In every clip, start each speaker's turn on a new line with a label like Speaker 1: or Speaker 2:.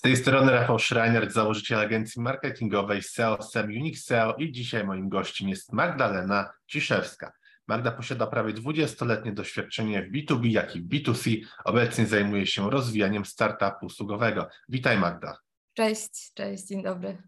Speaker 1: tej strony Rafał Schreiner, założyciel agencji marketingowej SEO SEM Unique SEO i dzisiaj moim gościem jest Magdalena Ciszewska. Magda posiada prawie 20-letnie doświadczenie w B2B, jak i w B2C. Obecnie zajmuje się rozwijaniem startupu usługowego. Witaj Magda.
Speaker 2: Cześć, dzień dobry.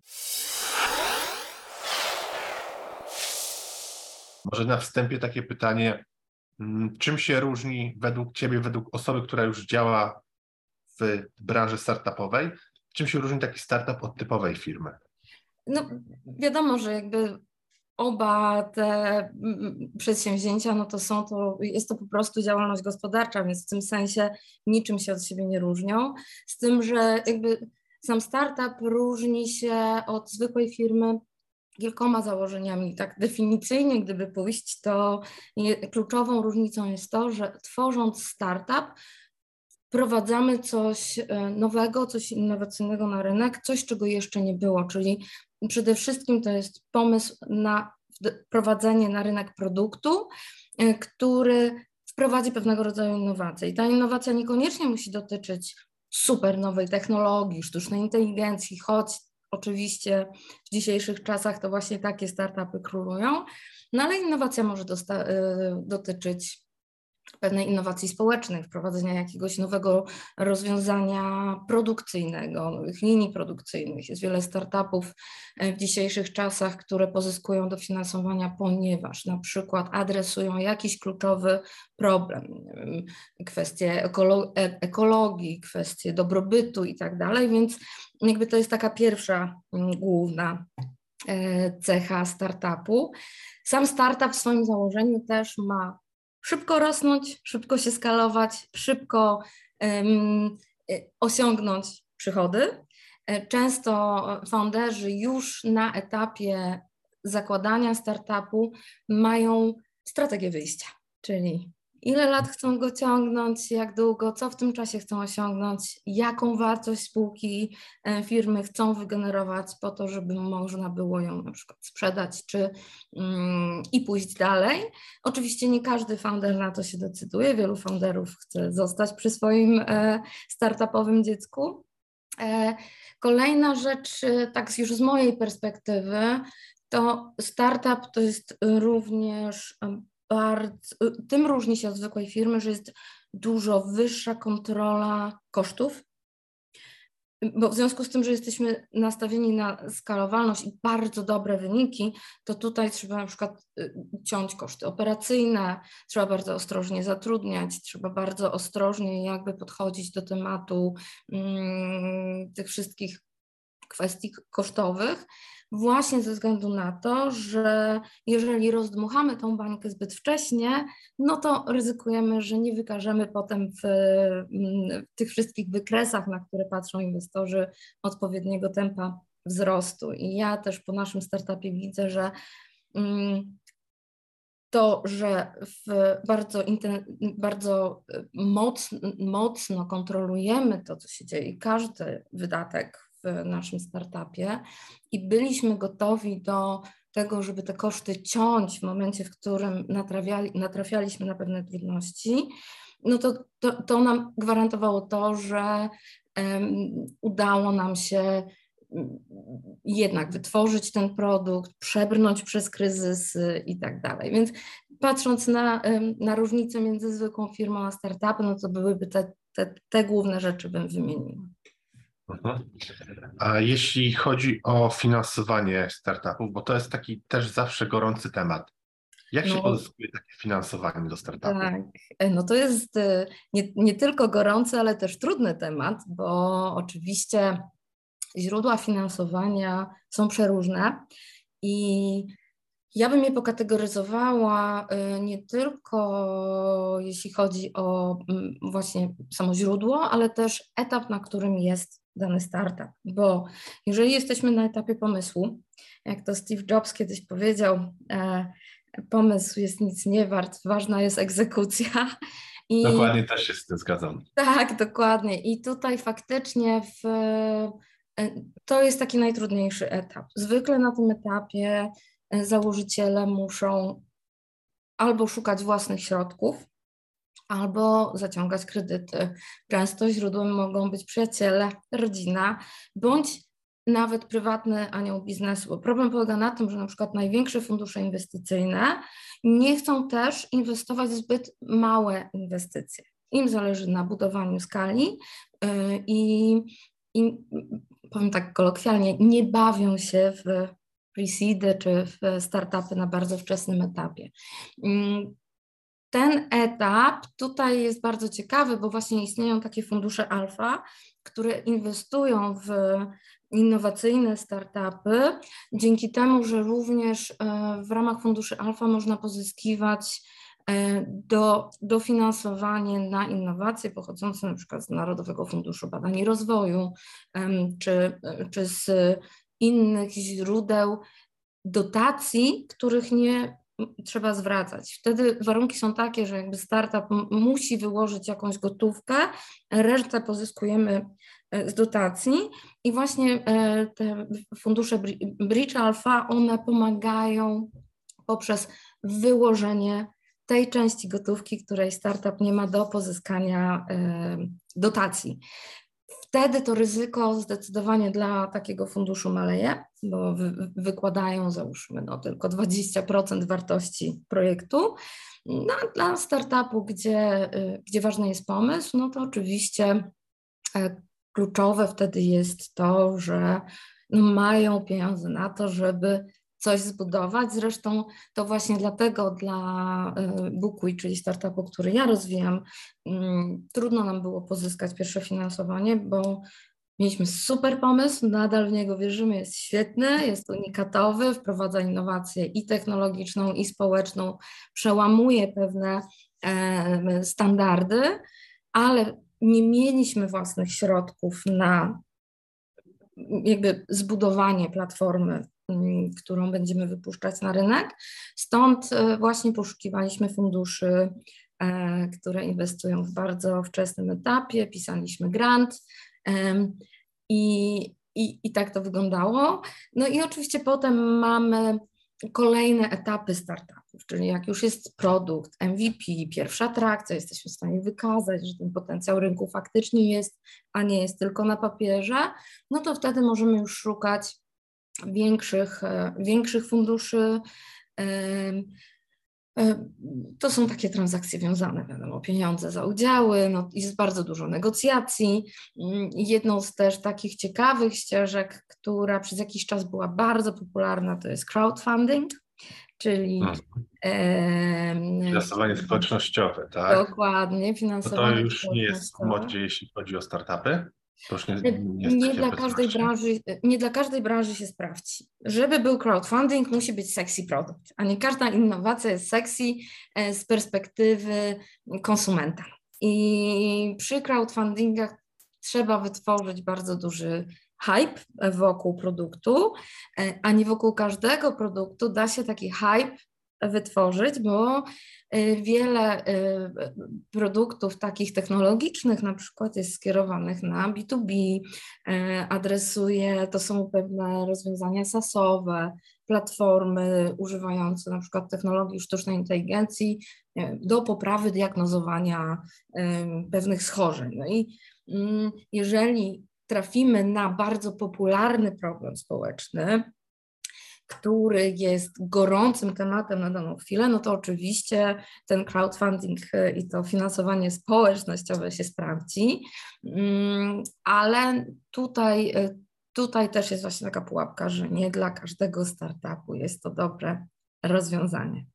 Speaker 1: Może na wstępie takie pytanie, czym się różni według Ciebie, według osoby, która już działa w branży startupowej, czym się różni taki startup od typowej firmy?
Speaker 2: No wiadomo, że jakby oba te przedsięwzięcia, jest to po prostu działalność gospodarcza, więc w tym sensie niczym się od siebie nie różnią, z tym, że jakby sam startup różni się od zwykłej firmy kilkoma założeniami. Tak definicyjnie, gdyby pójść, to kluczową różnicą jest to, że tworząc startup, wprowadzamy coś nowego, coś innowacyjnego na rynek, coś, czego jeszcze nie było, czyli przede wszystkim to jest pomysł na wprowadzenie na rynek produktu, który wprowadzi pewnego rodzaju innowacje. I ta innowacja niekoniecznie musi dotyczyć super nowej technologii, sztucznej inteligencji, choć oczywiście w dzisiejszych czasach to właśnie takie startupy królują, no ale innowacja może dotyczyć pewnej innowacji społecznej, wprowadzenia jakiegoś nowego rozwiązania produkcyjnego, nowych linii produkcyjnych. Jest wiele startupów w dzisiejszych czasach, które pozyskują dofinansowania, ponieważ na przykład adresują jakiś kluczowy problem, nie wiem, kwestie ekologii, kwestie dobrobytu i tak dalej, więc jakby to jest taka pierwsza główna cecha startupu. Sam startup w swoim założeniu też ma szybko rosnąć, szybko się skalować, szybko osiągnąć przychody. Często founderzy już na etapie zakładania startupu mają strategię wyjścia, czyli ile lat chcą go ciągnąć, jak długo, co w tym czasie chcą osiągnąć, jaką wartość spółki, firmy chcą wygenerować po to, żeby można było ją na przykład sprzedać i pójść dalej. Oczywiście nie każdy founder na to się decyduje, wielu founderów chce zostać przy swoim startupowym dziecku. Kolejna rzecz, tak już z mojej perspektywy, to startup to jest również tym różni się od zwykłej firmy, że jest dużo wyższa kontrola kosztów, bo w związku z tym, że jesteśmy nastawieni na skalowalność i bardzo dobre wyniki, to tutaj trzeba na przykład ciąć koszty operacyjne, trzeba bardzo ostrożnie zatrudniać, trzeba bardzo ostrożnie jakby podchodzić do tematu tych wszystkich kwestii kosztowych, właśnie ze względu na to, że jeżeli rozdmuchamy tą bańkę zbyt wcześnie, no to ryzykujemy, że nie wykażemy potem w tych wszystkich wykresach, na które patrzą inwestorzy, odpowiedniego tempa wzrostu. I ja też po naszym startupie widzę, że to, że bardzo mocno kontrolujemy to, co się dzieje, każdy wydatek w naszym startupie i byliśmy gotowi do tego, żeby te koszty ciąć w momencie, w którym natrafialiśmy na pewne trudności, no to nam gwarantowało to, że udało nam się jednak wytworzyć ten produkt, przebrnąć przez kryzysy i tak dalej. Więc patrząc na różnicę między zwykłą firmą a startupem, no to byłyby te główne rzeczy, bym wymieniła.
Speaker 1: A jeśli chodzi o finansowanie startupów, bo to jest taki też zawsze gorący temat. Jak się pozyskuje takie finansowanie do startupu?
Speaker 2: Tak, no to jest nie tylko gorący, ale też trudny temat, bo oczywiście źródła finansowania są przeróżne i ja bym je pokategoryzowała nie tylko jeśli chodzi o właśnie samo źródło, ale też etap, na którym jest dany startup, bo jeżeli jesteśmy na etapie pomysłu, jak to Steve Jobs kiedyś powiedział, pomysł jest nic nie wart, ważna jest egzekucja.
Speaker 1: Dokładnie, też się z tym zgadzam.
Speaker 2: Tak, dokładnie. I tutaj faktycznie to jest taki najtrudniejszy etap. Zwykle na tym etapie założyciele muszą albo szukać własnych środków, albo zaciągać kredyty. Często źródłem mogą być przyjaciele, rodzina, bądź nawet prywatny anioł biznesu. Bo problem polega na tym, że na przykład największe fundusze inwestycyjne nie chcą też inwestować w zbyt małe inwestycje. Im zależy na budowaniu skali i powiem tak kolokwialnie, nie bawią się w pre-seedy czy w startupy na bardzo wczesnym etapie. Ten etap tutaj jest bardzo ciekawy, bo właśnie istnieją takie fundusze alfa, które inwestują w innowacyjne startupy, dzięki temu, że również w ramach funduszy alfa można pozyskiwać dofinansowanie na innowacje pochodzące na przykład z Narodowego Funduszu Badań i Rozwoju, czy z innych źródeł dotacji, których nie trzeba zwracać. Wtedy warunki są takie, że jakby startup musi wyłożyć jakąś gotówkę, resztę pozyskujemy z dotacji i właśnie te fundusze Bridge Alpha, one pomagają poprzez wyłożenie tej części gotówki, której startup nie ma do pozyskania dotacji. Wtedy to ryzyko zdecydowanie dla takiego funduszu maleje, bo wykładają, załóżmy, tylko 20% wartości projektu. No, a dla startupu, gdzie ważny jest pomysł, no to oczywiście kluczowe wtedy jest to, że mają pieniądze na to, żeby coś zbudować. Zresztą to właśnie dlatego dla Bookwe, czyli startupu, który ja rozwijam, trudno nam było pozyskać pierwsze finansowanie, bo mieliśmy super pomysł, nadal w niego wierzymy, jest świetny, jest unikatowy, wprowadza innowację i technologiczną, i społeczną, przełamuje pewne standardy, ale nie mieliśmy własnych środków na jakby zbudowanie platformy, którą będziemy wypuszczać na rynek. Stąd właśnie poszukiwaliśmy funduszy, które inwestują w bardzo wczesnym etapie, pisaliśmy grant i tak to wyglądało. No i oczywiście potem mamy kolejne etapy startupów, czyli jak już jest produkt, MVP, pierwsza atrakcja, jesteśmy w stanie wykazać, że ten potencjał rynku faktycznie jest, a nie jest tylko na papierze, no to wtedy możemy już szukać większych funduszy. To są takie transakcje wiązane, wiadomo, pieniądze za udziały, no jest bardzo dużo negocjacji. Jedną z też takich ciekawych ścieżek, która przez jakiś czas była bardzo popularna, to jest crowdfunding, czyli
Speaker 1: finansowanie społecznościowe, tak?
Speaker 2: Dokładnie,
Speaker 1: To
Speaker 2: finansowanie
Speaker 1: już nie jest w
Speaker 2: społecznościowe.
Speaker 1: modzie, jeśli chodzi o startupy. To już nie jest
Speaker 2: Nie
Speaker 1: takie
Speaker 2: dla każdej
Speaker 1: obecności.
Speaker 2: branży, nie dla każdej branży się sprawdzi. Żeby był crowdfunding, musi być sexy produkt, a nie każda innowacja jest sexy z perspektywy konsumenta. I przy crowdfundingach trzeba wytworzyć bardzo duży hype wokół produktu, a nie wokół każdego produktu da się taki hype wytworzyć, bo wiele produktów takich technologicznych na przykład jest skierowanych na B2B, adresuje, to są pewne rozwiązania SaaS-owe, platformy używające na przykład technologii sztucznej inteligencji do poprawy diagnozowania pewnych schorzeń. No i jeżeli trafimy na bardzo popularny problem społeczny, który jest gorącym tematem na daną chwilę, no to oczywiście ten crowdfunding i to finansowanie społecznościowe się sprawdzi, ale tutaj też jest właśnie taka pułapka, że nie dla każdego startupu jest to dobre rozwiązanie.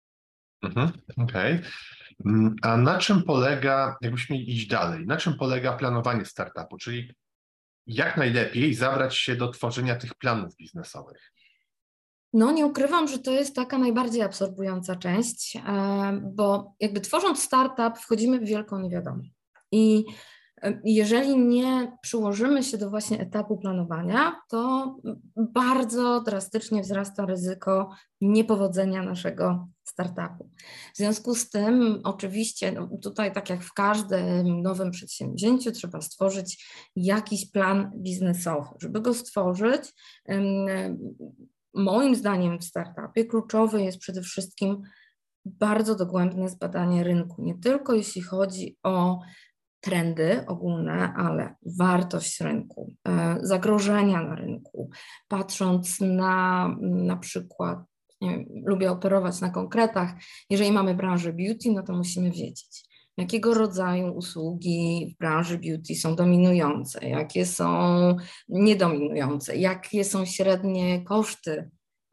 Speaker 1: Okej. A na czym polega, jakbyśmy mieli iść dalej, na czym polega planowanie startupu, czyli jak najlepiej zabrać się do tworzenia tych planów biznesowych?
Speaker 2: No nie ukrywam, że to jest taka najbardziej absorbująca część, bo jakby tworząc startup wchodzimy w wielką niewiadomą. I jeżeli nie przyłożymy się do właśnie etapu planowania, to bardzo drastycznie wzrasta ryzyko niepowodzenia naszego startupu. W związku z tym oczywiście tutaj tak jak w każdym nowym przedsięwzięciu trzeba stworzyć jakiś plan biznesowy. Żeby go stworzyć, moim zdaniem w startupie kluczowy jest przede wszystkim bardzo dogłębne zbadanie rynku, nie tylko jeśli chodzi o trendy ogólne, ale wartość rynku, zagrożenia na rynku, patrząc na przykład, nie wiem, lubię operować na konkretach, jeżeli mamy branżę beauty, no to musimy wiedzieć, jakiego rodzaju usługi w branży beauty są dominujące, jakie są niedominujące, jakie są średnie koszty,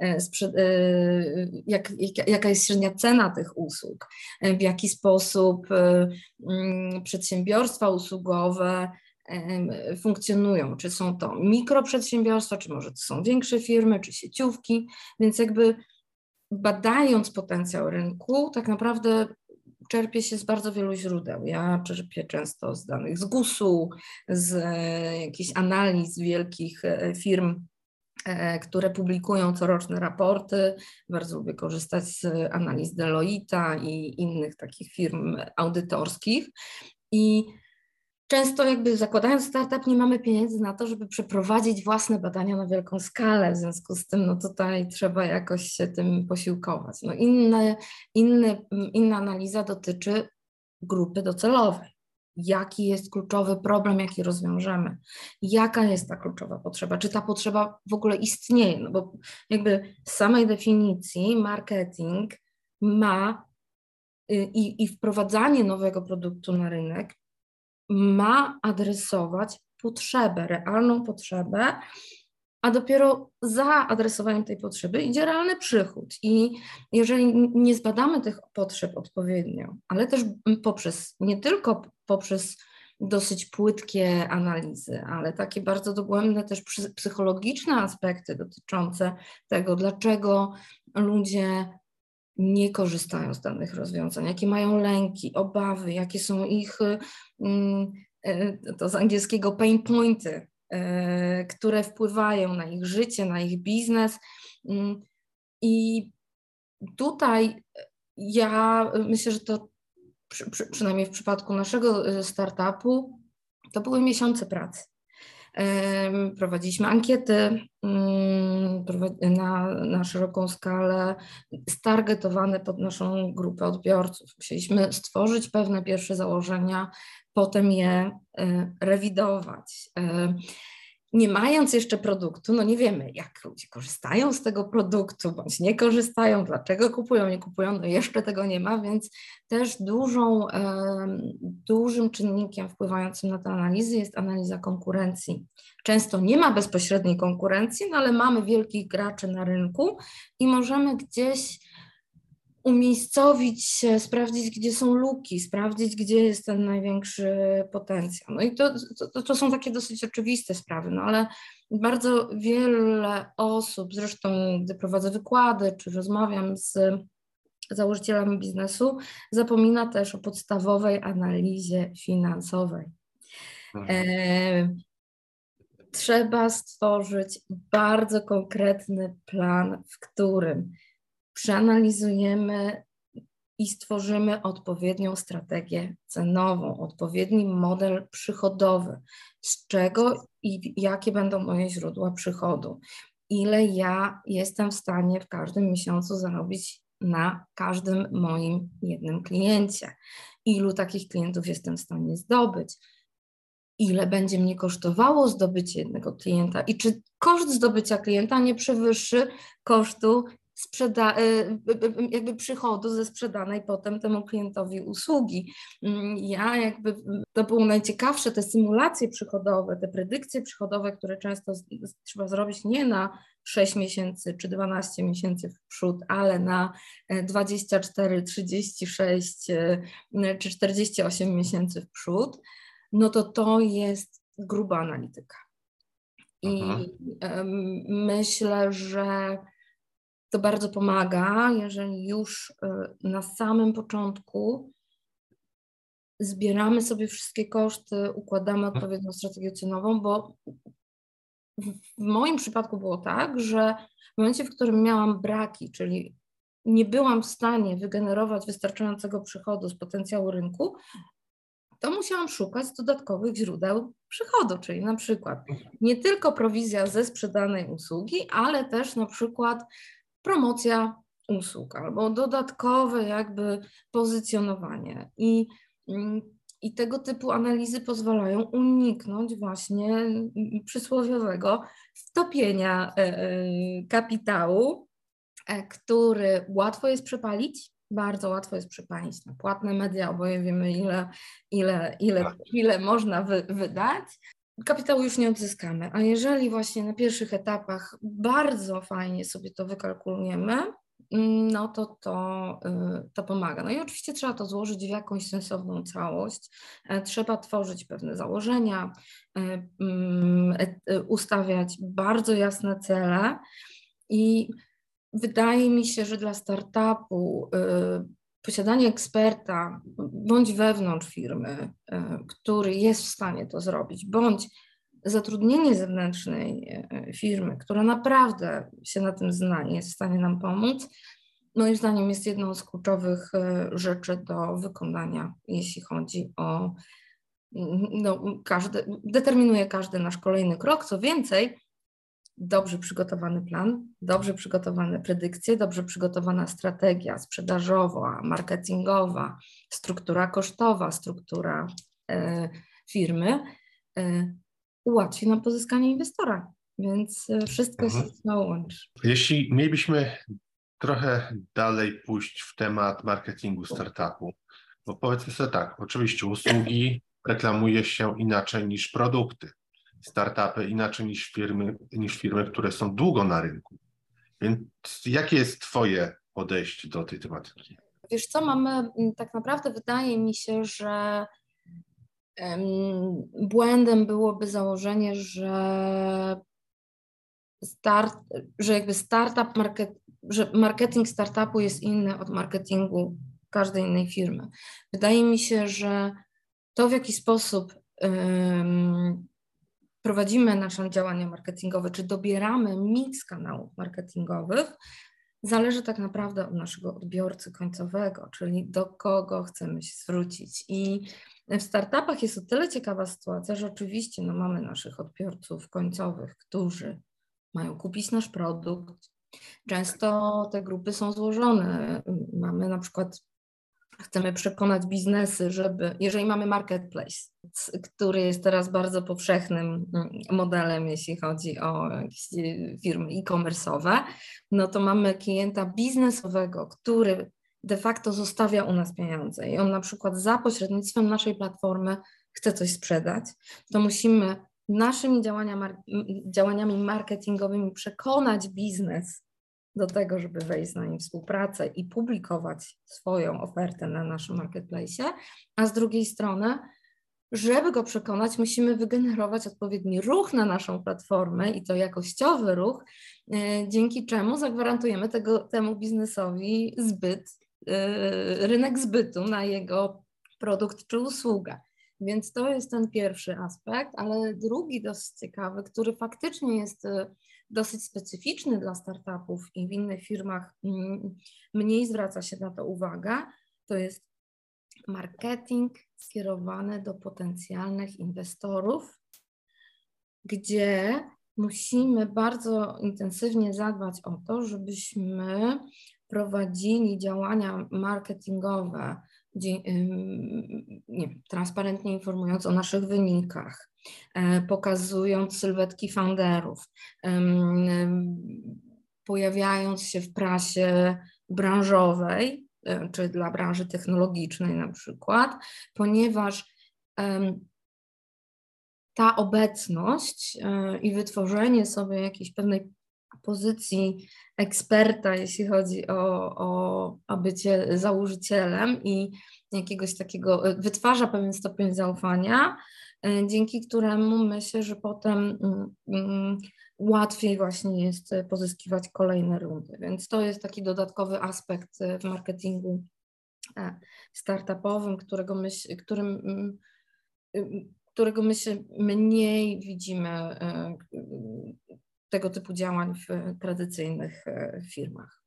Speaker 2: jaka jest średnia cena tych usług, w jaki sposób przedsiębiorstwa usługowe funkcjonują, czy są to mikroprzedsiębiorstwa, czy może to są większe firmy, czy sieciówki, więc jakby badając potencjał rynku, tak naprawdę czerpie się z bardzo wielu źródeł. Ja czerpię często z danych z GUS-u, z jakichś analiz wielkich firm, które publikują coroczne raporty. Bardzo lubię korzystać z analiz Deloitte'a i innych takich firm audytorskich. I często jakby zakładając startup nie mamy pieniędzy na to, żeby przeprowadzić własne badania na wielką skalę, w związku z tym no tutaj trzeba jakoś się tym posiłkować. No inna analiza dotyczy grupy docelowej. Jaki jest kluczowy problem, jaki rozwiążemy? Jaka jest ta kluczowa potrzeba? Czy ta potrzeba w ogóle istnieje? No bo jakby z samej definicji marketing ma i wprowadzanie nowego produktu na rynek ma adresować potrzebę, realną potrzebę, a dopiero za adresowaniem tej potrzeby idzie realny przychód. I jeżeli nie zbadamy tych potrzeb odpowiednio, ale też nie tylko poprzez dosyć płytkie analizy, ale takie bardzo dogłębne też psychologiczne aspekty dotyczące tego, dlaczego ludzie nie korzystają z danych rozwiązań, jakie mają lęki, obawy, jakie są ich, to z angielskiego pain pointy, które wpływają na ich życie, na ich biznes. I tutaj ja myślę, że to przynajmniej w przypadku naszego startupu to były miesiące pracy. Prowadziliśmy ankiety na szeroką skalę, stargetowane pod naszą grupę odbiorców. Musieliśmy stworzyć pewne pierwsze założenia, potem je rewidować. Nie mając jeszcze produktu, no nie wiemy, jak ludzie korzystają z tego produktu, bądź nie korzystają, dlaczego kupują, nie kupują, no jeszcze tego nie ma, więc też dużym czynnikiem wpływającym na te analizy jest analiza konkurencji. Często nie ma bezpośredniej konkurencji, no ale mamy wielkich graczy na rynku i możemy gdzieś umiejscowić się, sprawdzić, gdzie są luki, sprawdzić, gdzie jest ten największy potencjał. No i to są takie dosyć oczywiste sprawy, no ale bardzo wiele osób, zresztą gdy prowadzę wykłady, czy rozmawiam z założycielami biznesu, zapomina też o podstawowej analizie finansowej. Trzeba stworzyć bardzo konkretny plan, w którym przeanalizujemy i stworzymy odpowiednią strategię cenową, odpowiedni model przychodowy, z czego i jakie będą moje źródła przychodu, ile ja jestem w stanie w każdym miesiącu zarobić na każdym moim jednym kliencie, ilu takich klientów jestem w stanie zdobyć, ile będzie mnie kosztowało zdobycie jednego klienta i czy koszt zdobycia klienta nie przewyższy kosztu jakby przychodu ze sprzedanej potem temu klientowi usługi. To było najciekawsze, te symulacje przychodowe, te predykcje przychodowe, które często trzeba zrobić nie na 6 miesięcy czy 12 miesięcy w przód, ale na 24, 36 czy 48 miesięcy w przód, no to jest gruba analityka. I myślę, że to bardzo pomaga, jeżeli już na samym początku zbieramy sobie wszystkie koszty, układamy odpowiednią strategię cenową, bo w moim przypadku było tak, że w momencie, w którym miałam braki, czyli nie byłam w stanie wygenerować wystarczającego przychodu z potencjału rynku, to musiałam szukać dodatkowych źródeł przychodu, czyli na przykład nie tylko prowizja ze sprzedanej usługi, ale też na przykład promocja usług albo dodatkowe jakby pozycjonowanie. I tego typu analizy pozwalają uniknąć właśnie przysłowiowego wtopienia kapitału, który łatwo jest przepalić, bardzo łatwo jest przepalić na płatne media, oboje wiemy ile można wydać. Kapitału już nie odzyskamy, a jeżeli właśnie na pierwszych etapach bardzo fajnie sobie to wykalkulujemy, no to pomaga. No i oczywiście trzeba to złożyć w jakąś sensowną całość. Trzeba tworzyć pewne założenia, ustawiać bardzo jasne cele i wydaje mi się, że dla startupu posiadanie eksperta bądź wewnątrz firmy, który jest w stanie to zrobić, bądź zatrudnienie zewnętrznej firmy, która naprawdę się na tym zna i jest w stanie nam pomóc, moim zdaniem jest jedną z kluczowych rzeczy do wykonania, jeśli chodzi o, determinuje każdy nasz kolejny krok. Co więcej, dobrze przygotowany plan, dobrze przygotowane predykcje, dobrze przygotowana strategia sprzedażowa, marketingowa, struktura kosztowa, struktura firmy ułatwi nam pozyskanie inwestora, więc wszystko się łączy.
Speaker 1: Jeśli mielibyśmy trochę dalej pójść w temat marketingu startupu, bo powiedzmy sobie tak, oczywiście usługi reklamuje się inaczej niż produkty, startupy inaczej niż firmy, które są długo na rynku. Więc jakie jest Twoje podejście do tej tematyki?
Speaker 2: Wiesz co, mamy tak naprawdę, wydaje mi się, że błędem byłoby założenie, że że marketing startupu jest inny od marketingu każdej innej firmy. Wydaje mi się, że to, w jaki sposób prowadzimy nasze działania marketingowe, czy dobieramy miks kanałów marketingowych, zależy tak naprawdę od naszego odbiorcy końcowego, czyli do kogo chcemy się zwrócić. I w startupach jest o tyle ciekawa sytuacja, że oczywiście mamy naszych odbiorców końcowych, którzy mają kupić nasz produkt. Często te grupy są złożone. Mamy na przykład, chcemy przekonać biznesy, jeżeli mamy marketplace, który jest teraz bardzo powszechnym modelem, jeśli chodzi o jakieś firmy e-commerce'owe, no to mamy klienta biznesowego, który de facto zostawia u nas pieniądze i on na przykład za pośrednictwem naszej platformy chce coś sprzedać, to musimy naszymi działaniami marketingowymi przekonać biznes do tego, żeby wejść z nami w współpracę i publikować swoją ofertę na naszym marketplace, a z drugiej strony, żeby go przekonać, musimy wygenerować odpowiedni ruch na naszą platformę i to jakościowy ruch, dzięki czemu zagwarantujemy temu biznesowi rynek zbytu na jego produkt czy usługę. Więc to jest ten pierwszy aspekt, ale drugi dosyć ciekawy, który faktycznie jest dosyć specyficzny dla startupów i w innych firmach mniej zwraca się na to uwagę, to jest marketing skierowany do potencjalnych inwestorów, gdzie musimy bardzo intensywnie zadbać o to, żebyśmy prowadzili działania marketingowe, transparentnie informując o naszych wynikach, pokazując sylwetki founderów, pojawiając się w prasie branżowej, czy dla branży technologicznej na przykład, ponieważ ta obecność i wytworzenie sobie jakiejś pewnej pozycji eksperta, jeśli chodzi o bycie założycielem i jakiegoś takiego, wytwarza pewien stopień zaufania, dzięki któremu myślę, że potem łatwiej właśnie jest pozyskiwać kolejne rundy. Więc to jest taki dodatkowy aspekt w marketingu startupowym, którego myślę mniej widzimy tego typu działań w tradycyjnych firmach.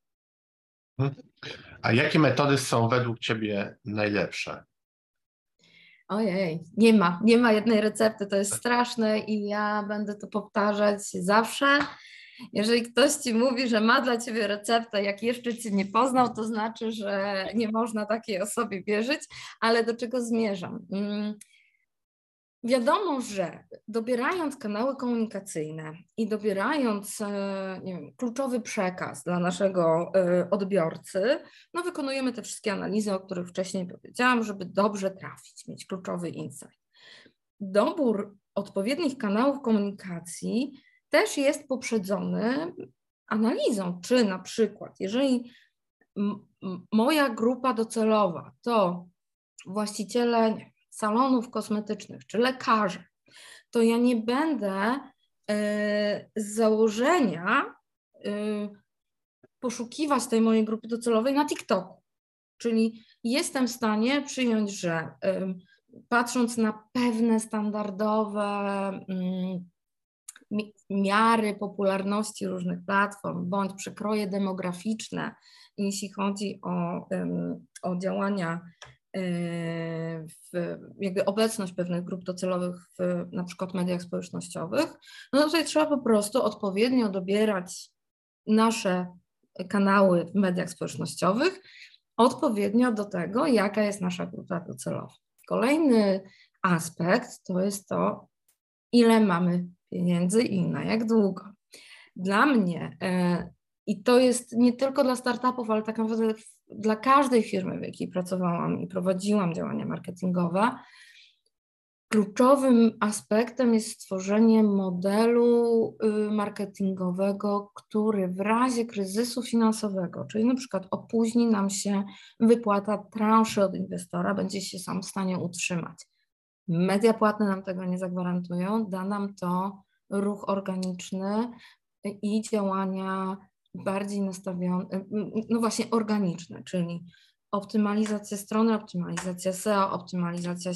Speaker 1: A jakie metody są według Ciebie najlepsze?
Speaker 2: Ojej, nie ma jednej recepty, to jest straszne i ja będę to powtarzać zawsze. Jeżeli ktoś ci mówi, że ma dla ciebie receptę, jak jeszcze cię nie poznał, to znaczy, że nie można takiej osobie wierzyć, ale do czego zmierzam? Wiadomo, że dobierając kanały komunikacyjne i dobierając nie wiem, kluczowy przekaz dla naszego odbiorcy, no wykonujemy te wszystkie analizy, o których wcześniej powiedziałam, żeby dobrze trafić, mieć kluczowy insight. Dobór odpowiednich kanałów komunikacji też jest poprzedzony analizą, czy na przykład, jeżeli moja grupa docelowa to właściciele salonów kosmetycznych czy lekarze, to ja nie będę z założenia poszukiwać tej mojej grupy docelowej na TikToku. Czyli jestem w stanie przyjąć, że patrząc na pewne standardowe miary popularności różnych platform bądź przekroje demograficzne, jeśli chodzi o działania, jakby obecność pewnych grup docelowych w na przykład mediach społecznościowych, no tutaj trzeba po prostu odpowiednio dobierać nasze kanały w mediach społecznościowych odpowiednio do tego, jaka jest nasza grupa docelowa. Kolejny aspekt to jest to, ile mamy pieniędzy i na jak długo. Dla mnie, i to jest nie tylko dla startupów, ale tak naprawdę dla każdej firmy, w jakiej pracowałam i prowadziłam działania marketingowe, kluczowym aspektem jest stworzenie modelu marketingowego, który w razie kryzysu finansowego, czyli na przykład opóźni nam się wypłata transzy od inwestora, będzie się sam w stanie utrzymać. Media płatne nam tego nie zagwarantują, da nam to ruch organiczny i działania bardziej nastawione, no właśnie organiczne, czyli optymalizacja strony, optymalizacja SEO, optymalizacja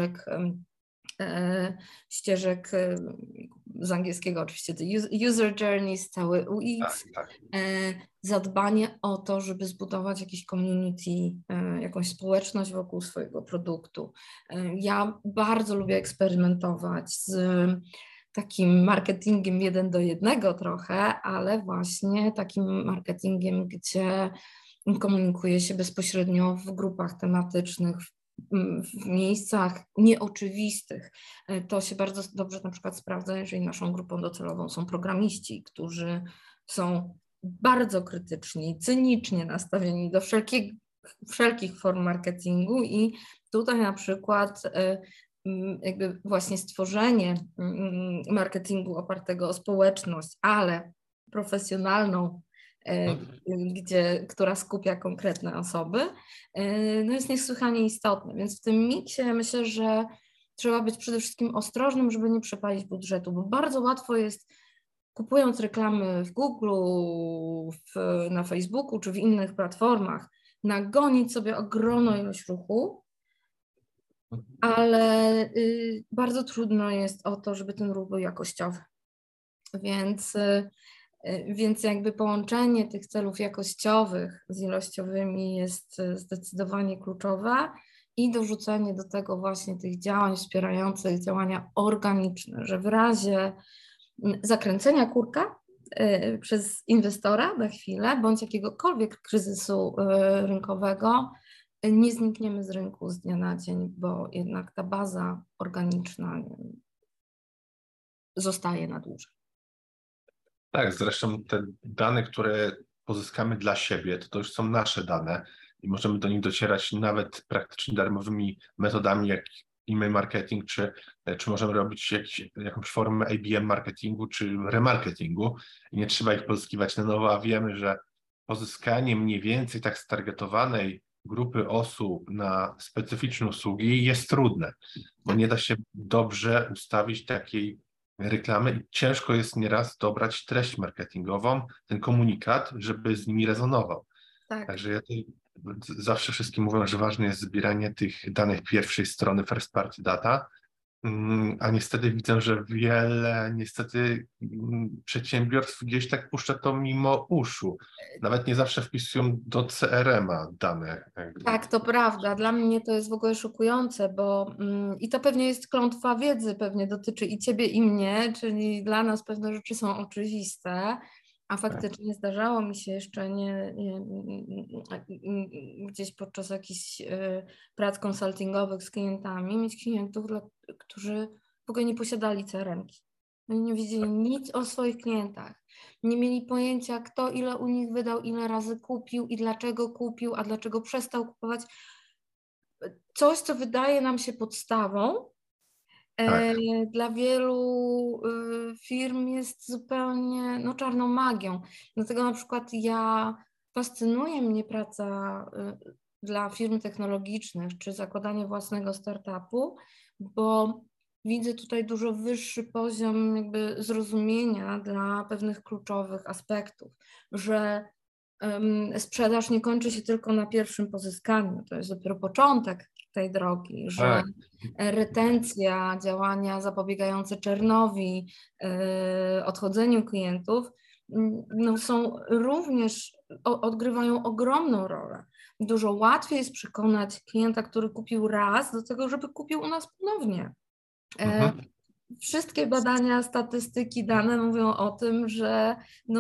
Speaker 2: ścieżek z angielskiego oczywiście, user journeys, cały UX, zadbanie o to, żeby zbudować jakiś community, jakąś społeczność wokół swojego produktu. Ja bardzo lubię eksperymentować z takim marketingiem 1:1 trochę, ale właśnie takim marketingiem, gdzie komunikuje się bezpośrednio w grupach tematycznych, w miejscach nieoczywistych. To się bardzo dobrze na przykład sprawdza, jeżeli naszą grupą docelową są programiści, którzy są bardzo krytyczni, cynicznie nastawieni do wszelkich form marketingu i tutaj na przykład jakby właśnie stworzenie marketingu opartego o społeczność, ale profesjonalną, która skupia konkretne osoby, no jest niesłychanie istotne. Więc w tym miksie myślę, że trzeba być przede wszystkim ostrożnym, żeby nie przepalić budżetu, bo bardzo łatwo jest, kupując reklamy w Google, na Facebooku czy w innych platformach, nagonić sobie ogromną ilość ruchu, ale bardzo trudno jest o to, żeby ten ruch był jakościowy. Więc jakby połączenie tych celów jakościowych z ilościowymi jest zdecydowanie kluczowe i dorzucenie do tego właśnie tych działań wspierających działania organiczne, że w razie zakręcenia kurka przez inwestora na chwilę bądź jakiegokolwiek kryzysu rynkowego nie znikniemy z rynku z dnia na dzień, bo jednak ta baza organiczna zostaje na dłużej.
Speaker 1: Tak, zresztą te dane, które pozyskamy dla siebie, to już są nasze dane i możemy do nich docierać nawet praktycznie darmowymi metodami, jak e-mail marketing, czy możemy robić jakąś formę ABM marketingu, czy remarketingu i nie trzeba ich pozyskiwać na nowo, a wiemy, że pozyskanie mniej więcej tak stargetowanej grupy osób na specyficzne usługi jest trudne, bo nie da się dobrze ustawić takiej reklamy i ciężko jest nieraz dobrać treść marketingową, ten komunikat, żeby z nimi rezonował.
Speaker 2: Tak.
Speaker 1: Także ja tutaj zawsze wszystkim mówię, że ważne jest zbieranie tych danych pierwszej strony first party data, A niestety widzę, że wiele przedsiębiorstw gdzieś tak puszcza to mimo uszu. Nawet nie zawsze wpisują do CRM-a dane.
Speaker 2: Tak, to prawda. Dla mnie to jest w ogóle szokujące, bo i to pewnie jest klątwa wiedzy, pewnie dotyczy i ciebie, i mnie, czyli dla nas pewne rzeczy są oczywiste, a faktycznie zdarzało mi się jeszcze gdzieś podczas jakichś prac konsultingowych z klientami mieć klientów, którzy w ogóle nie posiadali CRM-ki. Oni nie wiedzieli nic o swoich klientach. Nie mieli pojęcia, kto ile u nich wydał, ile razy kupił i dlaczego kupił, a dlaczego przestał kupować. Coś, co wydaje nam się podstawą,
Speaker 1: Tak.
Speaker 2: dla wielu firm jest zupełnie czarną magią. Dlatego na przykład fascynuje mnie praca dla firm technologicznych czy zakładanie własnego startupu, bo widzę tutaj dużo wyższy poziom jakby zrozumienia dla pewnych kluczowych aspektów, że sprzedaż nie kończy się tylko na pierwszym pozyskaniu, to jest dopiero początek tej drogi, że
Speaker 1: Tak.
Speaker 2: retencja, działania zapobiegające churnowi, odchodzeniu klientów, są również, odgrywają ogromną rolę. Dużo łatwiej jest przekonać klienta, który kupił raz, do tego, żeby kupił u nas ponownie.
Speaker 1: Mhm.
Speaker 2: Wszystkie badania, statystyki, dane mówią o tym, że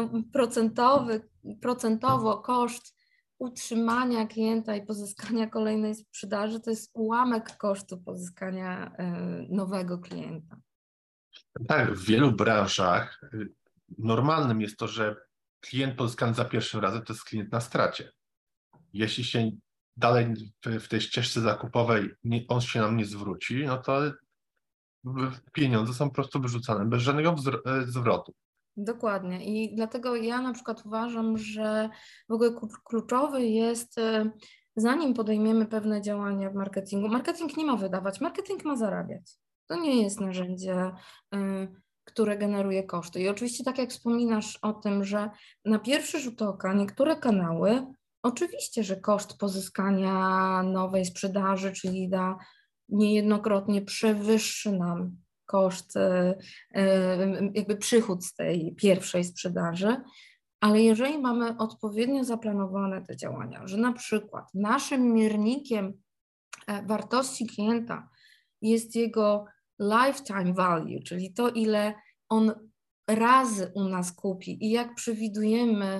Speaker 2: procentowo koszt utrzymania klienta i pozyskania kolejnej sprzedaży to jest ułamek kosztu pozyskania nowego klienta.
Speaker 1: Tak, w wielu branżach normalnym jest to, że klient pozyskany za pierwszym razem to jest klient na stracie. Jeśli się dalej w tej ścieżce zakupowej on się nam nie zwróci, no to pieniądze są po prostu wyrzucane bez żadnego zwrotu.
Speaker 2: Dokładnie i dlatego ja na przykład uważam, że w ogóle kluczowy jest, zanim podejmiemy pewne działania w marketingu, marketing nie ma wydawać, marketing ma zarabiać. To nie jest narzędzie, które generuje koszty. I oczywiście tak jak wspominasz o tym, że na pierwszy rzut oka niektóre kanały, oczywiście, że koszt pozyskania nowej sprzedaży, czyli niejednokrotnie przewyższy nam koszt, jakby przychód z tej pierwszej sprzedaży, ale jeżeli mamy odpowiednio zaplanowane te działania, że na przykład naszym miernikiem wartości klienta jest jego lifetime value, czyli to, ile on razy u nas kupi i jak przewidujemy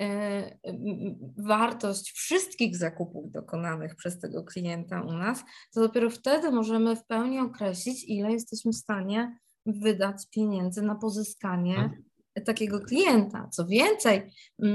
Speaker 2: wartość wszystkich zakupów dokonanych przez tego klienta u nas, to dopiero wtedy możemy w pełni określić, ile jesteśmy w stanie wydać pieniędzy na pozyskanie takiego klienta. Co więcej,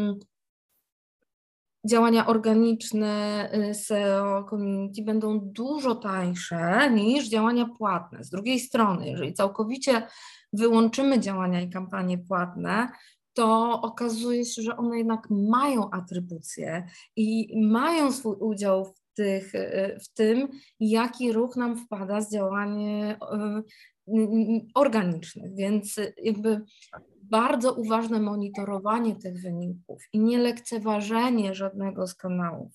Speaker 2: działania organiczne SEO community będą dużo tańsze niż działania płatne. Z drugiej strony, jeżeli całkowicie wyłączymy działania i kampanie płatne, to okazuje się, że one jednak mają atrybucję i mają swój udział w tym, jaki ruch nam wpada z działań organicznych. Więc jakby bardzo uważne monitorowanie tych wyników i nie lekceważenie żadnego z kanałów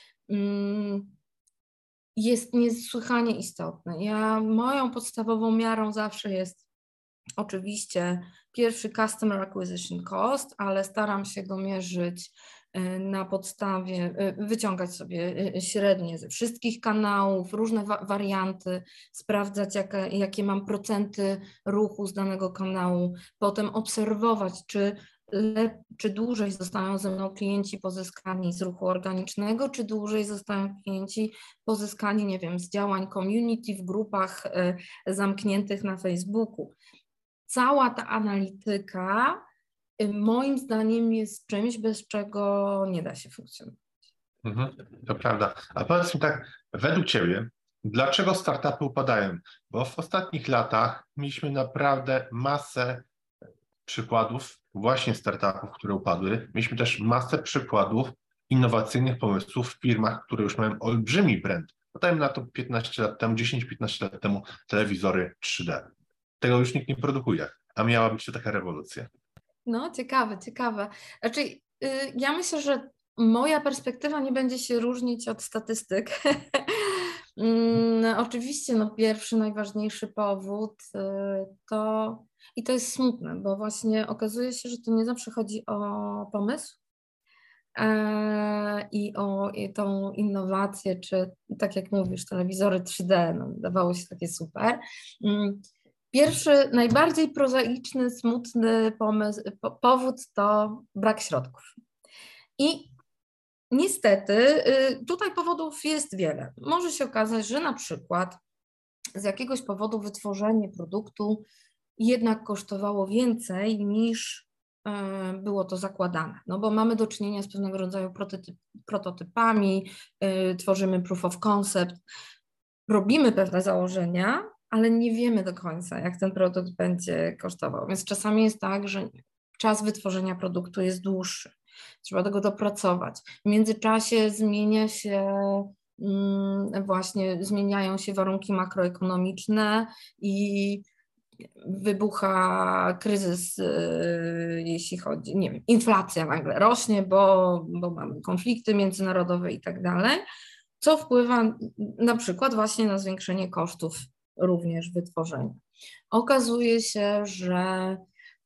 Speaker 2: jest niesłychanie istotne. Moją podstawową miarą zawsze jest oczywiście pierwszy Customer Acquisition Cost, ale staram się go mierzyć na podstawie, wyciągać sobie średnie ze wszystkich kanałów, różne warianty, sprawdzać jakie mam procenty ruchu z danego kanału, potem obserwować, czy dłużej zostają ze mną klienci pozyskani z ruchu organicznego, czy dłużej zostają klienci pozyskani, nie wiem, z działań community w grupach zamkniętych na Facebooku. Cała ta analityka moim zdaniem jest czymś, bez czego nie da się funkcjonować.
Speaker 1: To prawda. A powiedz mi tak, według Ciebie, dlaczego startupy upadają? Bo w ostatnich latach mieliśmy naprawdę masę przykładów właśnie startupów, które upadły. Mieliśmy też masę przykładów innowacyjnych pomysłów w firmach, które już mają olbrzymi brand. Dajmy na to 15 lat temu, 10-15 lat temu telewizory 3D. Tego już nikt nie produkuje, a miała być to taka rewolucja.
Speaker 2: No, ciekawe. Znaczy, ja myślę, że moja perspektywa nie będzie się różnić od statystyk, Oczywiście pierwszy, najważniejszy powód i to jest smutne, bo właśnie okazuje się, że to nie zawsze chodzi o pomysł i tą innowację, czy tak jak mówisz, telewizory 3D, dawało się takie super. Pierwszy, najbardziej prozaiczny, smutny powód to brak środków. I niestety tutaj powodów jest wiele. Może się okazać, że na przykład z jakiegoś powodu wytworzenie produktu jednak kosztowało więcej niż było to zakładane, bo mamy do czynienia z pewnego rodzaju prototypami, tworzymy proof of concept, robimy pewne założenia, ale nie wiemy do końca, jak ten produkt będzie kosztował. Więc czasami jest tak, że czas wytworzenia produktu jest dłuższy. Trzeba tego dopracować. W międzyczasie zmieniają się warunki makroekonomiczne i wybucha kryzys, jeśli chodzi, nie wiem, inflacja nagle rośnie, bo mamy konflikty międzynarodowe i tak dalej, co wpływa na przykład właśnie na zwiększenie kosztów również wytworzenia. Okazuje się, że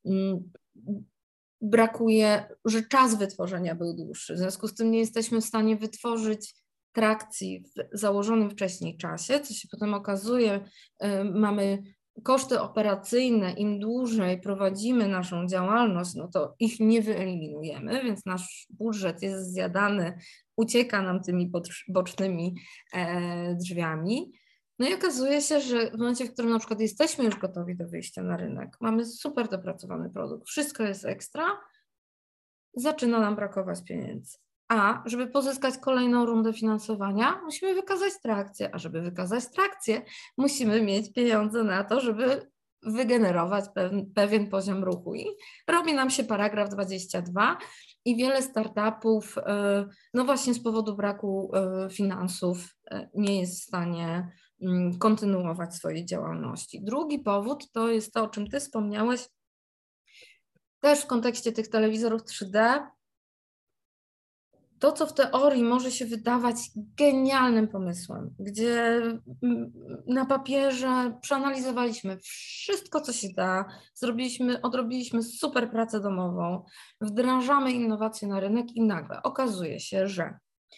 Speaker 2: że czas wytworzenia był dłuższy, w związku z tym nie jesteśmy w stanie wytworzyć trakcji w założonym wcześniej czasie, co się potem okazuje, mamy koszty operacyjne, im dłużej prowadzimy naszą działalność, to ich nie wyeliminujemy, więc nasz budżet jest zjadany, ucieka nam tymi bocznymi drzwiami. I okazuje się, że w momencie, w którym na przykład jesteśmy już gotowi do wyjścia na rynek, mamy super dopracowany produkt, wszystko jest ekstra, zaczyna nam brakować pieniędzy. A żeby pozyskać kolejną rundę finansowania, musimy wykazać trakcję, a żeby wykazać trakcję, musimy mieć pieniądze na to, żeby wygenerować pewien poziom ruchu. I robi nam się paragraf 22 i wiele startupów, właśnie z powodu braku finansów nie jest w stanie kontynuować swojej działalności. Drugi powód to jest to, o czym Ty wspomniałeś, też w kontekście tych telewizorów 3D, to, co w teorii może się wydawać genialnym pomysłem, gdzie na papierze przeanalizowaliśmy wszystko, co się da, odrobiliśmy super pracę domową, wdrażamy innowacje na rynek i nagle okazuje się, że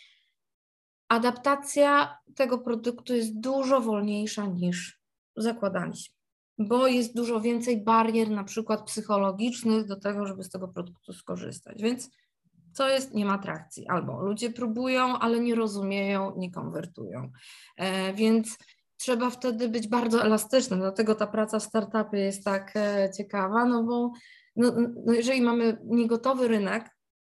Speaker 2: adaptacja tego produktu jest dużo wolniejsza niż zakładaliśmy, bo jest dużo więcej barier, na przykład psychologicznych, do tego, żeby z tego produktu skorzystać. Więc co jest? Nie ma trakcji. Albo ludzie próbują, ale nie rozumieją, nie konwertują. Więc trzeba wtedy być bardzo elastycznym. Dlatego ta praca w startupie jest tak ciekawa, bo jeżeli mamy niegotowy rynek,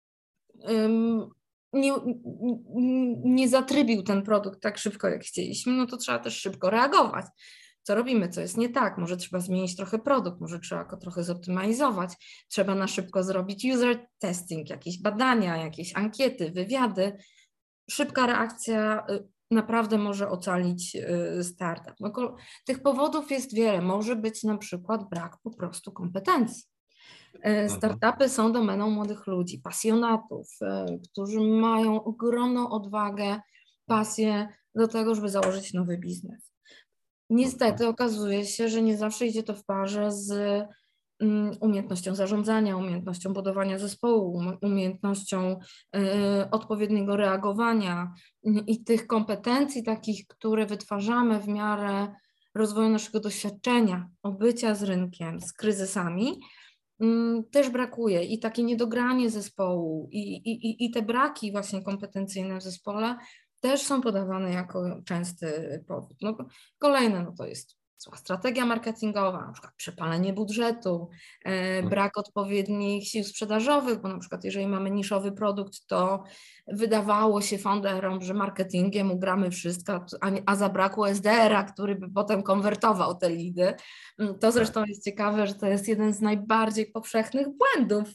Speaker 2: nie zatrybił ten produkt tak szybko, jak chcieliśmy, to trzeba też szybko reagować. Co robimy, co jest nie tak, może trzeba zmienić trochę produkt, może trzeba go trochę zoptymalizować, trzeba na szybko zrobić user testing, jakieś badania, jakieś ankiety, wywiady. Szybka reakcja naprawdę może ocalić startup. Tych powodów jest wiele, może być na przykład brak po prostu kompetencji. Startupy są domeną młodych ludzi, pasjonatów, którzy mają ogromną odwagę, pasję do tego, żeby założyć nowy biznes. Niestety okazuje się, że nie zawsze idzie to w parze z umiejętnością zarządzania, umiejętnością budowania zespołu, umiejętnością odpowiedniego reagowania i tych kompetencji takich, które wytwarzamy w miarę rozwoju naszego doświadczenia, obycia z rynkiem, z kryzysami, też brakuje i takie niedogranie zespołu i te braki właśnie kompetencyjne w zespole też są podawane jako częsty powód. Kolejne to jest zła strategia marketingowa, na przykład przepalenie budżetu, brak odpowiednich sił sprzedażowych, bo na przykład jeżeli mamy niszowy produkt, to wydawało się founderom, że marketingiem ugramy wszystko, a zabrakło SDR-a, który by potem konwertował te lidy. To zresztą jest ciekawe, że to jest jeden z najbardziej powszechnych błędów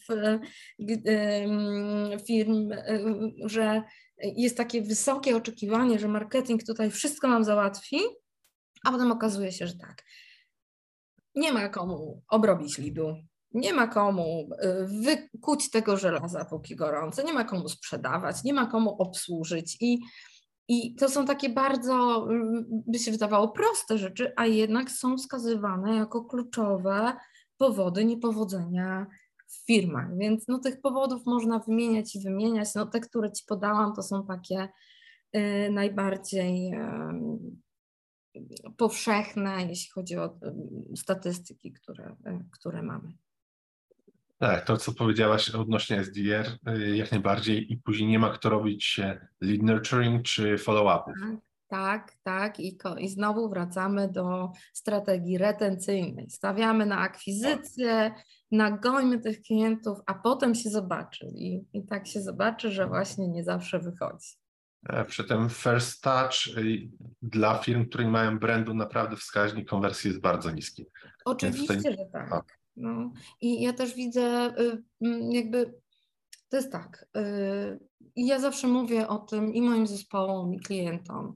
Speaker 2: firm, że jest takie wysokie oczekiwanie, że marketing tutaj wszystko nam załatwi, a potem okazuje się, że tak, nie ma komu obrobić lidu, nie ma komu wykuć tego żelaza póki gorące, nie ma komu sprzedawać, nie ma komu obsłużyć i I to są takie bardzo, by się wydawało, proste rzeczy, a jednak są wskazywane jako kluczowe powody niepowodzenia w firmach. Więc no, tych powodów można wymieniać i wymieniać. No, te, które Ci podałam, to są takie najbardziej powszechne, jeśli chodzi o statystyki, które mamy.
Speaker 1: Tak, to co powiedziałaś odnośnie SDR, jak najbardziej i później nie ma kto robić lead nurturing czy follow-upów.
Speaker 2: Tak. I znowu wracamy do strategii retencyjnej. Stawiamy na akwizycję, nagońmy tych klientów, a potem się zobaczy. I tak się zobaczy, że właśnie nie zawsze wychodzi.
Speaker 1: Przy tym first touch dla firm, które nie mają brandu, naprawdę wskaźnik konwersji jest bardzo niski.
Speaker 2: Oczywiście,
Speaker 1: tutaj...
Speaker 2: że tak. No. I ja też widzę jakby, to jest tak, ja zawsze mówię o tym i moim zespołom, i klientom.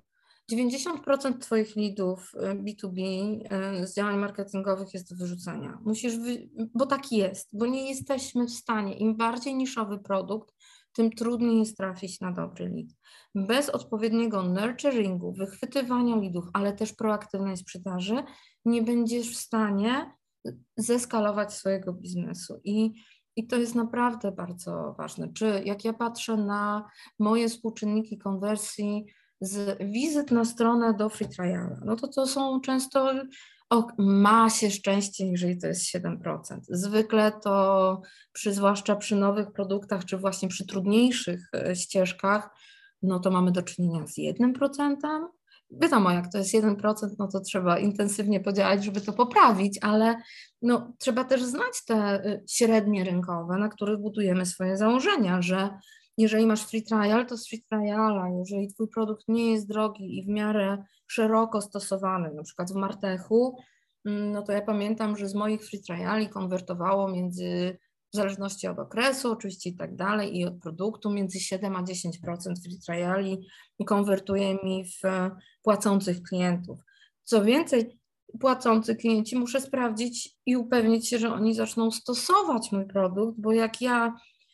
Speaker 2: 90% Twoich leadów B2B z działań marketingowych jest do wyrzucenia. Bo tak jest, bo nie jesteśmy w stanie, im bardziej niszowy produkt, tym trudniej jest trafić na dobry lead. Bez odpowiedniego nurturingu, wychwytywania leadów, ale też proaktywnej sprzedaży, nie będziesz w stanie zeskalować swojego biznesu. I to jest naprawdę bardzo ważne. Czy jak ja patrzę na moje współczynniki konwersji z wizyt na stronę do free triala, no to są często, ma się szczęście, jeżeli to jest 7%. Zwykle to zwłaszcza przy nowych produktach, czy właśnie przy trudniejszych ścieżkach, no to mamy do czynienia z 1%. Wiadomo, jak to jest 1%, no to trzeba intensywnie podziałać, żeby to poprawić, ale no, trzeba też znać te średnie rynkowe, na których budujemy swoje założenia, że jeżeli masz free trial, to z free triala, jeżeli Twój produkt nie jest drogi i w miarę szeroko stosowany, na przykład w Martechu, no to ja pamiętam, że z moich free triali konwertowało w zależności od okresu oczywiście i tak dalej i od produktu, między 7 a 10% free triali konwertuje mi w płacących klientów. Co więcej, płacący klienci muszę sprawdzić i upewnić się, że oni zaczną stosować mój produkt, bo jak ja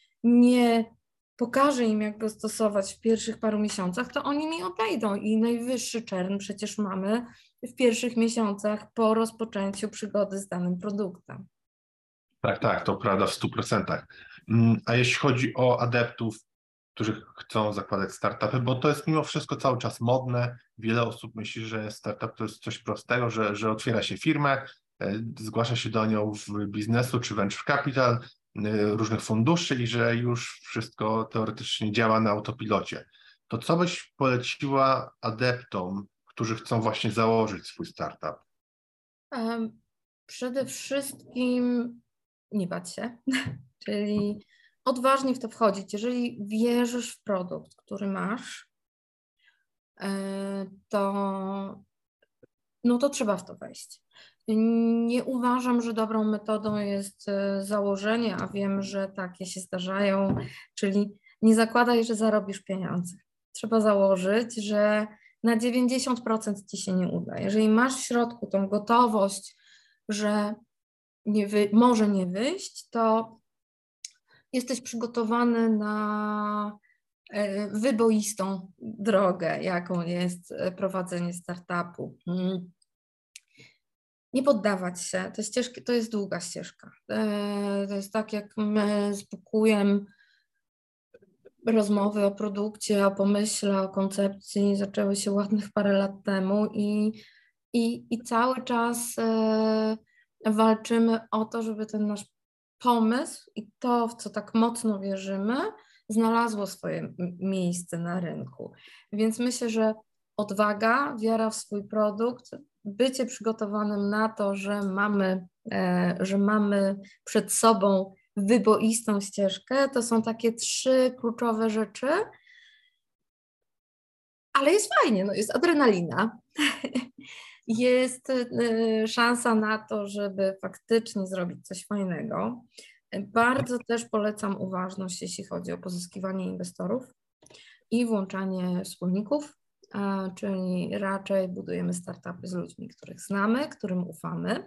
Speaker 2: nie pokażę im, jak go stosować w pierwszych paru miesiącach, to oni mi odejdą i najwyższy churn przecież mamy w pierwszych miesiącach po rozpoczęciu przygody z danym produktem.
Speaker 1: Tak, to prawda w 100%. A jeśli chodzi o adeptów, którzy chcą zakładać startupy, bo to jest mimo wszystko cały czas modne, wiele osób myśli, że startup to jest coś prostego, że otwiera się firmę, zgłasza się do nią w biznesu czy venture capital, różnych funduszy i że już wszystko teoretycznie działa na autopilocie. To co byś poleciła adeptom, którzy chcą właśnie założyć swój startup?
Speaker 2: Przede wszystkim nie bać się, czyli odważnie w to wchodzić. Jeżeli wierzysz w produkt, który masz, to trzeba w to wejść. Nie uważam, że dobrą metodą jest założenie, a wiem, że takie się zdarzają, czyli nie zakładaj, że zarobisz pieniądze. Trzeba założyć, że na 90% ci się nie uda. Jeżeli masz w środku tą gotowość, że może nie wyjść, to jesteś przygotowany na wyboistą drogę, jaką jest prowadzenie startupu. Nie poddawać się, to jest długa ścieżka. To jest tak, jak my z Pukujem rozmowy o produkcie, o pomyśle, o koncepcji zaczęły się ładnych parę lat temu i cały czas walczymy o to, żeby ten nasz pomysł i to, w co tak mocno wierzymy, znalazło swoje miejsce na rynku. Więc myślę, że odwaga, wiara w swój produkt, bycie przygotowanym na to, że mamy przed sobą wyboistą ścieżkę, to są takie 3 kluczowe rzeczy, ale jest fajnie, jest adrenalina. Jest szansa na to, żeby faktycznie zrobić coś fajnego. Bardzo też polecam uważność, jeśli chodzi o pozyskiwanie inwestorów i włączanie wspólników, czyli raczej budujemy startupy z ludźmi, których znamy, którym ufamy.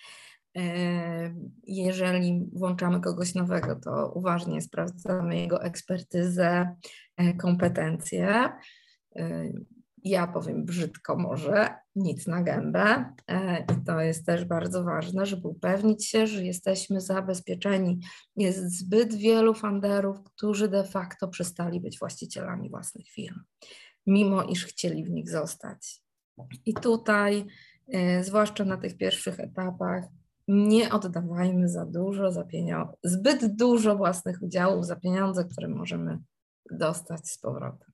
Speaker 2: Jeżeli włączamy kogoś nowego, to uważnie sprawdzamy jego ekspertyzę, kompetencje. Ja powiem brzydko może, nic na gębę i to jest też bardzo ważne, żeby upewnić się, że jesteśmy zabezpieczeni. Jest zbyt wielu funderów, którzy de facto przestali być właścicielami własnych firm, mimo iż chcieli w nich zostać. I tutaj, zwłaszcza na tych pierwszych etapach, nie oddawajmy za dużo, zbyt dużo własnych udziałów za pieniądze, które możemy dostać z powrotem.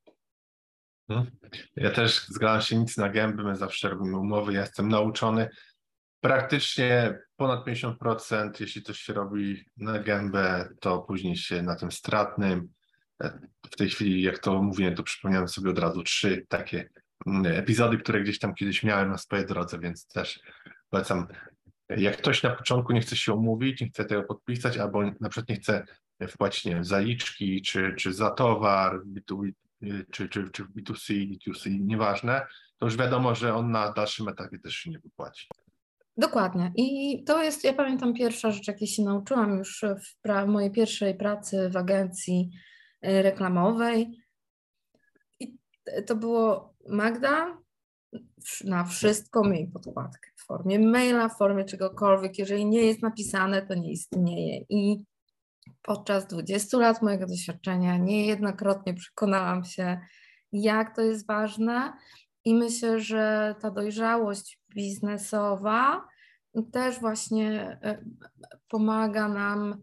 Speaker 1: Ja też zgadzam się, nic na gęby, my zawsze robimy umowy, ja jestem nauczony. Praktycznie ponad 50%, jeśli coś się robi na gębę, to później się na tym stratnym. W tej chwili, jak to mówię, to przypomniałem sobie od razu 3 takie epizody, które gdzieś tam kiedyś miałem na swojej drodze, więc też polecam. Jak ktoś na początku nie chce się umówić, nie chce tego podpisać, albo na przykład nie chce wpłacić, nie wiem, zaliczki, czy za towar, czy w B2C, D2C, nieważne, to już wiadomo, że on na dalszym etapie też się nie wypłaci.
Speaker 2: Dokładnie. I to jest, ja pamiętam, pierwsza rzecz, jakiej się nauczyłam już w mojej pierwszej pracy w agencji reklamowej. I to było: Magda, na wszystko miej podkładkę w formie maila, w formie czegokolwiek. Jeżeli nie jest napisane, to nie istnieje. I podczas 20 lat mojego doświadczenia niejednokrotnie przekonałam się, jak to jest ważne, i myślę, że ta dojrzałość biznesowa też właśnie pomaga nam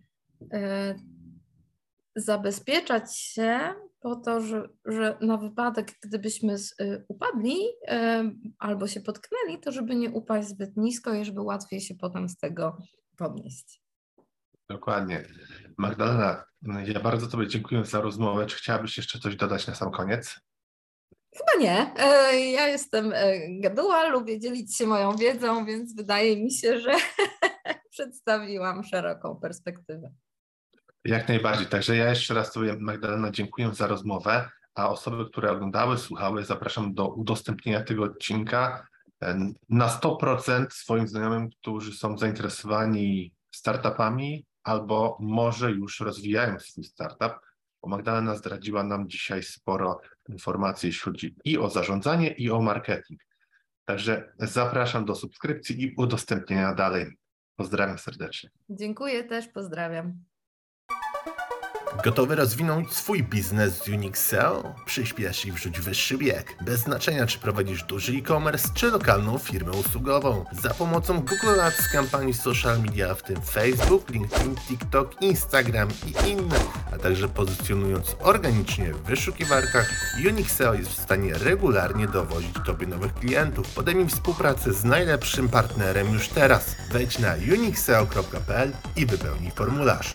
Speaker 2: zabezpieczać się po to, że na wypadek, gdybyśmy upadli albo się potknęli, to żeby nie upaść zbyt nisko i żeby łatwiej się potem z tego podnieść.
Speaker 1: Dokładnie. Magdalena, ja bardzo Tobie dziękuję za rozmowę. Czy chciałabyś jeszcze coś dodać na sam koniec?
Speaker 2: Chyba nie. Ja jestem gaduła, lubię dzielić się moją wiedzą, więc wydaje mi się, że przedstawiłam szeroką perspektywę. Jak
Speaker 1: najbardziej. Także ja jeszcze raz Tobie, Magdalena, dziękuję za rozmowę, a osoby, które oglądały, słuchały, zapraszam do udostępnienia tego odcinka na 100% swoim znajomym, którzy są zainteresowani startupami albo może już rozwijają swój startup, bo Magdalena zdradziła nam dzisiaj sporo informacji, jeśli chodzi i o zarządzanie, i o marketing. Także zapraszam do subskrypcji i udostępnienia dalej. Pozdrawiam serdecznie.
Speaker 2: Dziękuję też, pozdrawiam.
Speaker 3: Gotowy rozwinąć swój biznes z UnixSell? Przyspiesz i wrzuć wyższy bieg. Bez znaczenia, czy prowadzisz duży e-commerce, czy lokalną firmę usługową. Za pomocą Google Ads, kampanii social media, w tym Facebook, LinkedIn, TikTok, Instagram i inne, a także pozycjonując organicznie w wyszukiwarkach, UnixSell jest w stanie regularnie dowozić Tobie nowych klientów. Podejmij współpracę z najlepszym partnerem już teraz. Wejdź na unixsell.pl i wypełnij formularz.